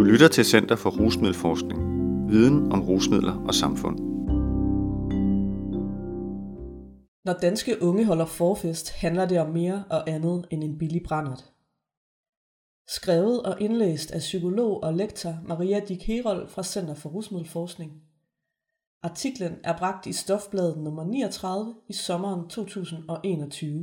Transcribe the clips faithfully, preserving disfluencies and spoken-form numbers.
lytter til Center for Rusmiddelforskning. Viden om rusmidler og samfund. Når danske unge holder forfest, handler det om mere og andet end en billig brændert. Skrevet og indlæst af psykolog og lektor Maria Dick Herold fra Center for Rusmiddelforskning. Artiklen er bragt i Stofbladet nummer niogtredive i sommeren to tusind og enogtyve.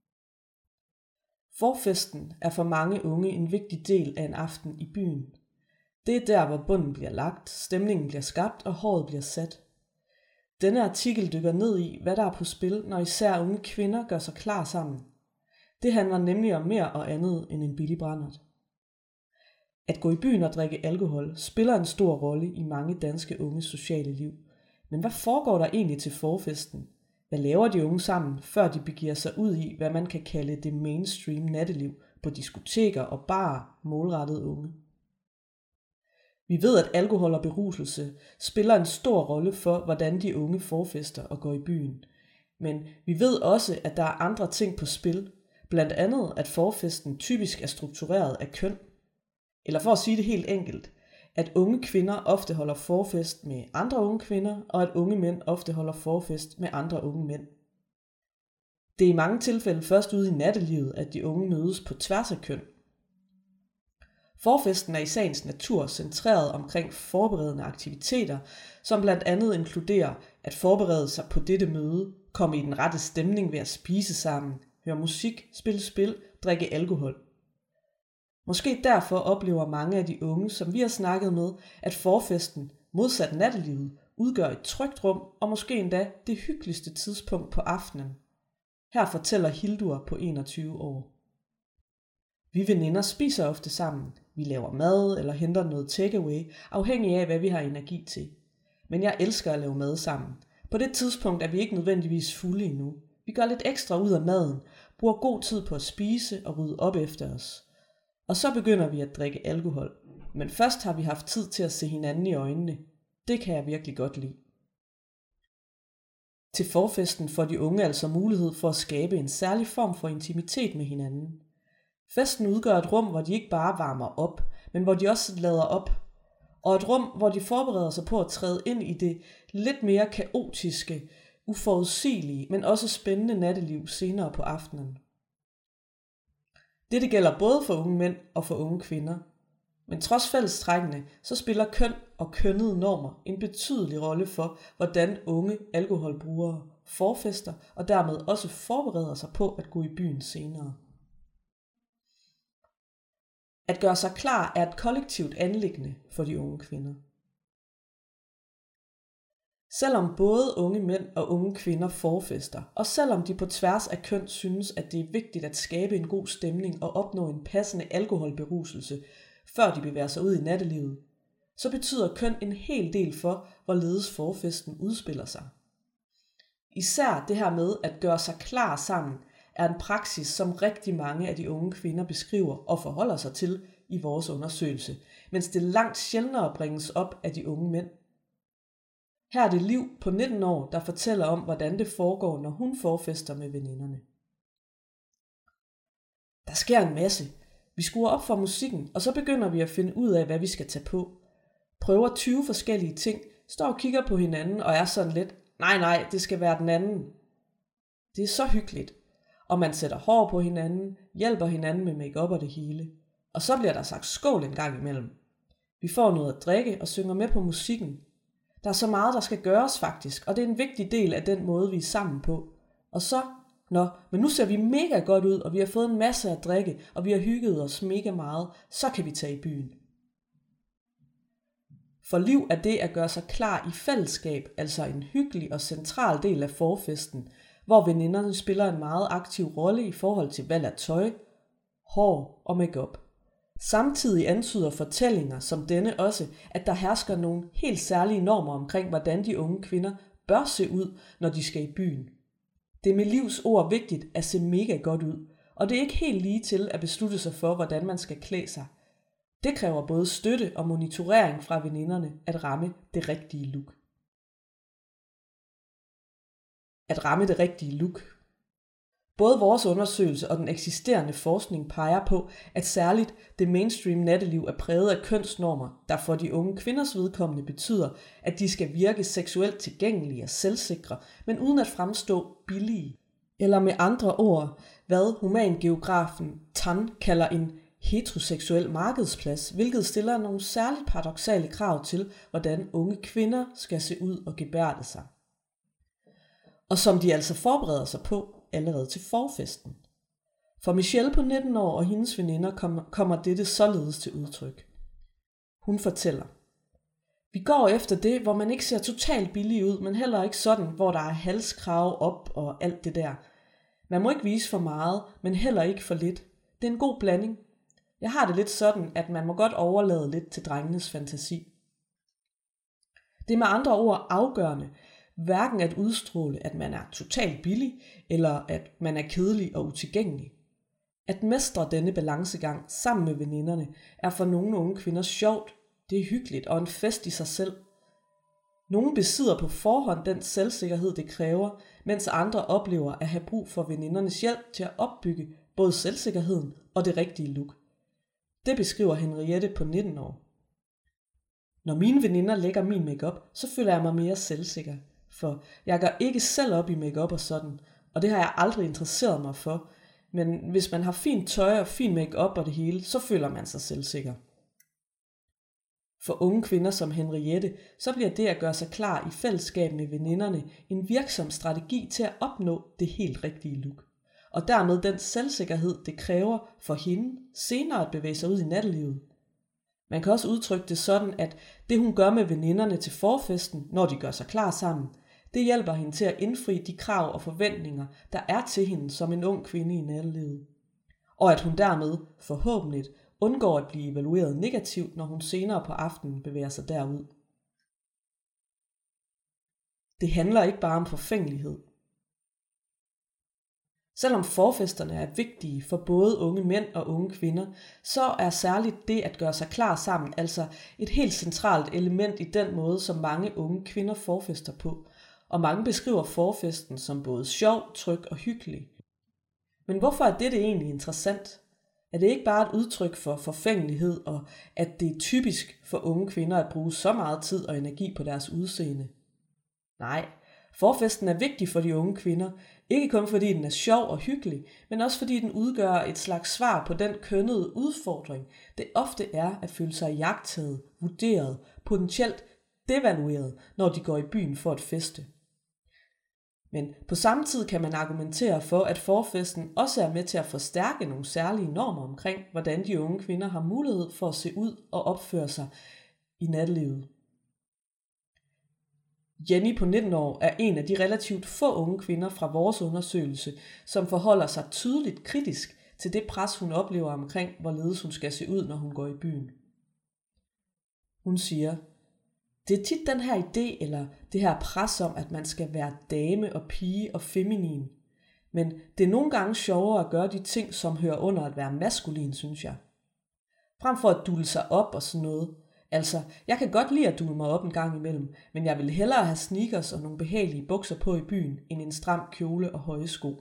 Forfesten er for mange unge en vigtig del af en aften i byen. Det er der, hvor bunden bliver lagt, stemningen bliver skabt og håret bliver sat. Denne artikel dykker ned i, hvad der er på spil, når især unge kvinder gør sig klar sammen. Det handler nemlig om mere og andet end en billig brændert. At gå i byen og drikke alkohol spiller en stor rolle i mange danske unges sociale liv. Men hvad foregår der egentlig til forfesten? Hvad laver de unge sammen, før de begiver sig ud i, hvad man kan kalde det mainstream natteliv på diskoteker og barer målrettet unge? Vi ved, at alkohol og beruselse spiller en stor rolle for, hvordan de unge forfester og går i byen. Men vi ved også, at der er andre ting på spil, blandt andet at forfesten typisk er struktureret af køn. Eller for at sige det helt enkelt, at unge kvinder ofte holder forfest med andre unge kvinder, og at unge mænd ofte holder forfest med andre unge mænd. Det er i mange tilfælde først ude i nattelivet, at de unge mødes på tværs af køn. Forfesten er i sagens natur centreret omkring forberedende aktiviteter, som blandt andet inkluderer at forberede sig på dette møde, komme i den rette stemning ved at spise sammen, høre musik, spille spil, drikke alkohol. Måske derfor oplever mange af de unge, som vi har snakket med, at forfesten, modsat nattelivet, udgør et trygt rum og måske endda det hyggeligste tidspunkt på aftenen. Her fortæller Hildur på enogtyve år. Vi veninder spiser ofte sammen. Vi laver mad eller henter noget takeaway, afhængig af hvad vi har energi til. Men jeg elsker at lave mad sammen. På det tidspunkt er vi ikke nødvendigvis fulde endnu. Vi gør lidt ekstra ud af maden, bruger god tid på at spise og rydde op efter os. Og så begynder vi at drikke alkohol. Men først har vi haft tid til at se hinanden i øjnene. Det kan jeg virkelig godt lide. Til forfesten får de unge altså mulighed for at skabe en særlig form for intimitet med hinanden. Festen udgør et rum, hvor de ikke bare varmer op, men hvor de også lader op. Og et rum, hvor de forbereder sig på at træde ind i det lidt mere kaotiske, uforudsigelige, men også spændende natteliv senere på aftenen. Dette gælder både for unge mænd og for unge kvinder. Men trods fællestrækkene, så spiller køn og kønnede normer en betydelig rolle for, hvordan unge alkoholbrugere forfester og dermed også forbereder sig på at gå i byen senere. At gøre sig klar er et kollektivt anliggende for de unge kvinder. Selvom både unge mænd og unge kvinder forfester, og selvom de på tværs af køn synes, at det er vigtigt at skabe en god stemning og opnå en passende alkoholberuselse, før de bevæger sig ud i nattelivet, så betyder køn en hel del for, hvorledes forfesten udspiller sig. Især det her med at gøre sig klar sammen, er en praksis, som rigtig mange af de unge kvinder beskriver og forholder sig til i vores undersøgelse, mens det langt sjældnere bringes op af de unge mænd. Her er det Liv på nitten år, der fortæller om, hvordan det foregår, når hun forfester med veninderne. Der sker en masse. Vi skruer op for musikken, og så begynder vi at finde ud af, hvad vi skal tage på. Prøver tyve forskellige ting, står og kigger på hinanden og er sådan lidt, nej nej, det skal være den anden. Det er så hyggeligt. Og man sætter hår på hinanden, hjælper hinanden med make-up og det hele. Og så bliver der sagt skål en gang imellem. Vi får noget at drikke og synger med på musikken. Der er så meget, der skal gøres faktisk, og det er en vigtig del af den måde, vi er sammen på. Og så, nå, men nu ser vi mega godt ud, og vi har fået en masse at drikke, og vi har hygget os mega meget, så kan vi tage i byen. For Liv er det at gøre sig klar i fællesskab, altså en hyggelig og central del af forfesten, hvor veninderne spiller en meget aktiv rolle i forhold til valg af tøj, hår og makeup. Samtidig antyder fortællinger som denne også, at der hersker nogle helt særlige normer omkring, hvordan de unge kvinder bør se ud, når de skal i byen. Det er med Livs ord vigtigt at se mega godt ud, og det er ikke helt lige til at beslutte sig for, hvordan man skal klæde sig. Det kræver både støtte og monitorering fra veninderne at ramme det rigtige look. At ramme det rigtige look. Både vores undersøgelse og den eksisterende forskning peger på, at særligt det mainstream natteliv er præget af kønsnormer, der for de unge kvinders vedkommende betyder, at de skal virke seksuelt tilgængelige og selvsikre, men uden at fremstå billige. Eller med andre ord, hvad humangeografen Tan kalder en heteroseksuel markedsplads, hvilket stiller nogle særligt paradoksale krav til, hvordan unge kvinder skal se ud og gebærde sig. Og som de altså forbereder sig på allerede til forfesten. For Michelle på nitten år og hendes veninder kommer dette således til udtryk. Hun fortæller: Vi går efter det, hvor man ikke ser totalt billig ud, men heller ikke sådan, hvor der er halskrave op og alt det der. Man må ikke vise for meget, men heller ikke for lidt. Det er en god blanding. Jeg har det lidt sådan, at man må godt overlade lidt til drengenes fantasi. Det er med andre ord afgørende, hverken at udstråle, at man er totalt billig, eller at man er kedelig og utilgængelig. At mestre denne balancegang sammen med veninderne er for nogle unge kvinder sjovt, det er hyggeligt og en fest i sig selv. Nogle besidder på forhånd den selvsikkerhed, det kræver, mens andre oplever at have brug for venindernes hjælp til at opbygge både selvsikkerheden og det rigtige look. Det beskriver Henriette på nitten år. Når mine veninder lægger min makeup, så føler jeg mig mere selvsikker, for jeg går ikke selv op i makeup og sådan, og det har jeg aldrig interesseret mig for, men hvis man har fint tøj og fin makeup og det hele, så føler man sig selvsikker. For unge kvinder som Henriette, så bliver det at gøre sig klar i fællesskab med veninderne en virksom strategi til at opnå det helt rigtige look. Og dermed den selvsikkerhed, det kræver for hende senere at bevæge sig ud i nattelivet. Man kan også udtrykke det sådan, at det hun gør med veninderne til forfesten, når de gør sig klar sammen, det hjælper hende til at indfri de krav og forventninger, der er til hende som en ung kvinde i nattelivet. Og at hun dermed forhåbentlig undgår at blive evalueret negativt, når hun senere på aftenen bevæger sig derud. Det handler ikke bare om forfængelighed. Selvom forfesterne er vigtige for både unge mænd og unge kvinder, så er særligt det at gøre sig klar sammen altså et helt centralt element i den måde, som mange unge kvinder forfester på, og mange beskriver forfesten som både sjov, tryg og hyggelig. Men hvorfor er dette egentlig interessant? Er det ikke bare et udtryk for forfængelighed, og at det er typisk for unge kvinder at bruge så meget tid og energi på deres udseende? Nej, forfesten er vigtig for de unge kvinder, ikke kun fordi den er sjov og hyggelig, men også fordi den udgør et slags svar på den kønnede udfordring, det ofte er at føle sig jagtet, vurderet, potentielt devalueret, når de går i byen for at feste. Men på samme tid kan man argumentere for, at forfesten også er med til at forstærke nogle særlige normer omkring, hvordan de unge kvinder har mulighed for at se ud og opføre sig i nattelivet. Jenny på nitten år er en af de relativt få unge kvinder fra vores undersøgelse, som forholder sig tydeligt kritisk til det pres, hun oplever omkring, hvorledes hun skal se ud, når hun går i byen. Hun siger: Det er tit den her idé eller det her pres om, at man skal være dame og pige og feminin. Men det er nogle gange sjovere at gøre de ting, som hører under at være maskulin, synes jeg. Frem for at dule sig op og sådan noget. Altså, jeg kan godt lide at dule mig op en gang imellem, men jeg vil hellere have sneakers og nogle behagelige bukser på i byen, end en stram kjole og høje sko.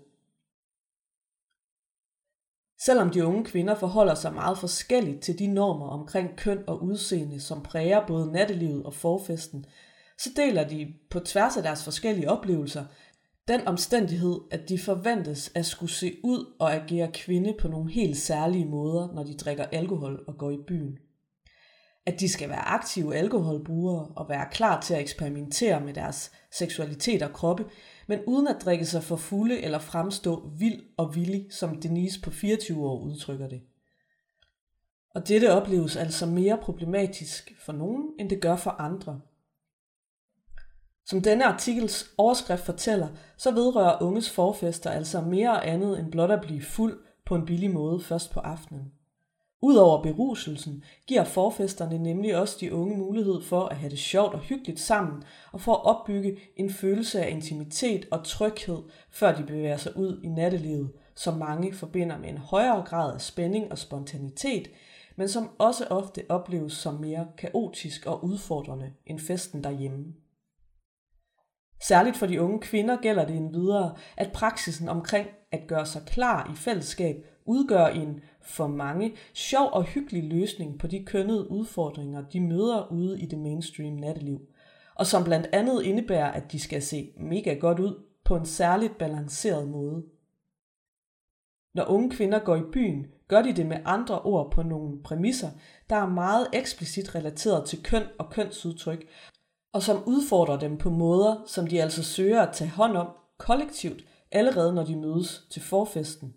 Selvom de unge kvinder forholder sig meget forskelligt til de normer omkring køn og udseende, som præger både nattelivet og forfesten, så deler de på tværs af deres forskellige oplevelser den omstændighed, at de forventes at skulle se ud og agere kvinde på nogle helt særlige måder, når de drikker alkohol og går i byen. At de skal være aktive alkoholbrugere og være klar til at eksperimentere med deres seksualitet og kroppe, men uden at drikke sig for fulde eller fremstå vild og villig, som Denise på fireogtyve år udtrykker det. Og dette opleves altså mere problematisk for nogen, end det gør for andre. Som denne artikels overskrift fortæller, så vedrører unges forfester altså mere og andet end blot at blive fuld på en billig måde først på aftenen. Udover beruselsen giver forfesterne nemlig også de unge mulighed for at have det sjovt og hyggeligt sammen, og for at opbygge en følelse af intimitet og tryghed, før de bevæger sig ud i nattelivet, som mange forbinder med en højere grad af spænding og spontanitet, men som også ofte opleves som mere kaotisk og udfordrende end festen derhjemme. Særligt for de unge kvinder gælder det endvidere, at praksisen omkring at gøre sig klar i fællesskab udgør en for mange sjov og hyggelig løsning på de kønnede udfordringer, de møder ude i det mainstream natteliv, og som blandt andet indebærer, at de skal se mega godt ud på en særligt balanceret måde. Når unge kvinder går i byen, gør de det med andre ord på nogle præmisser, der er meget eksplicit relateret til køn og kønsudtryk, og som udfordrer dem på måder, som de altså søger at tage hånd om kollektivt, allerede når de mødes til forfesten.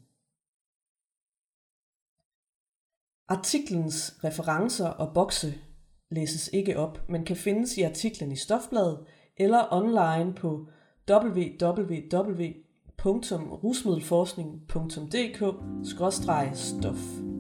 Artiklens referencer og bokse læses ikke op, men kan findes i artiklen i Stofbladet eller online på w w w punktum rusmiddelforskning punktum d k skråstreg stof.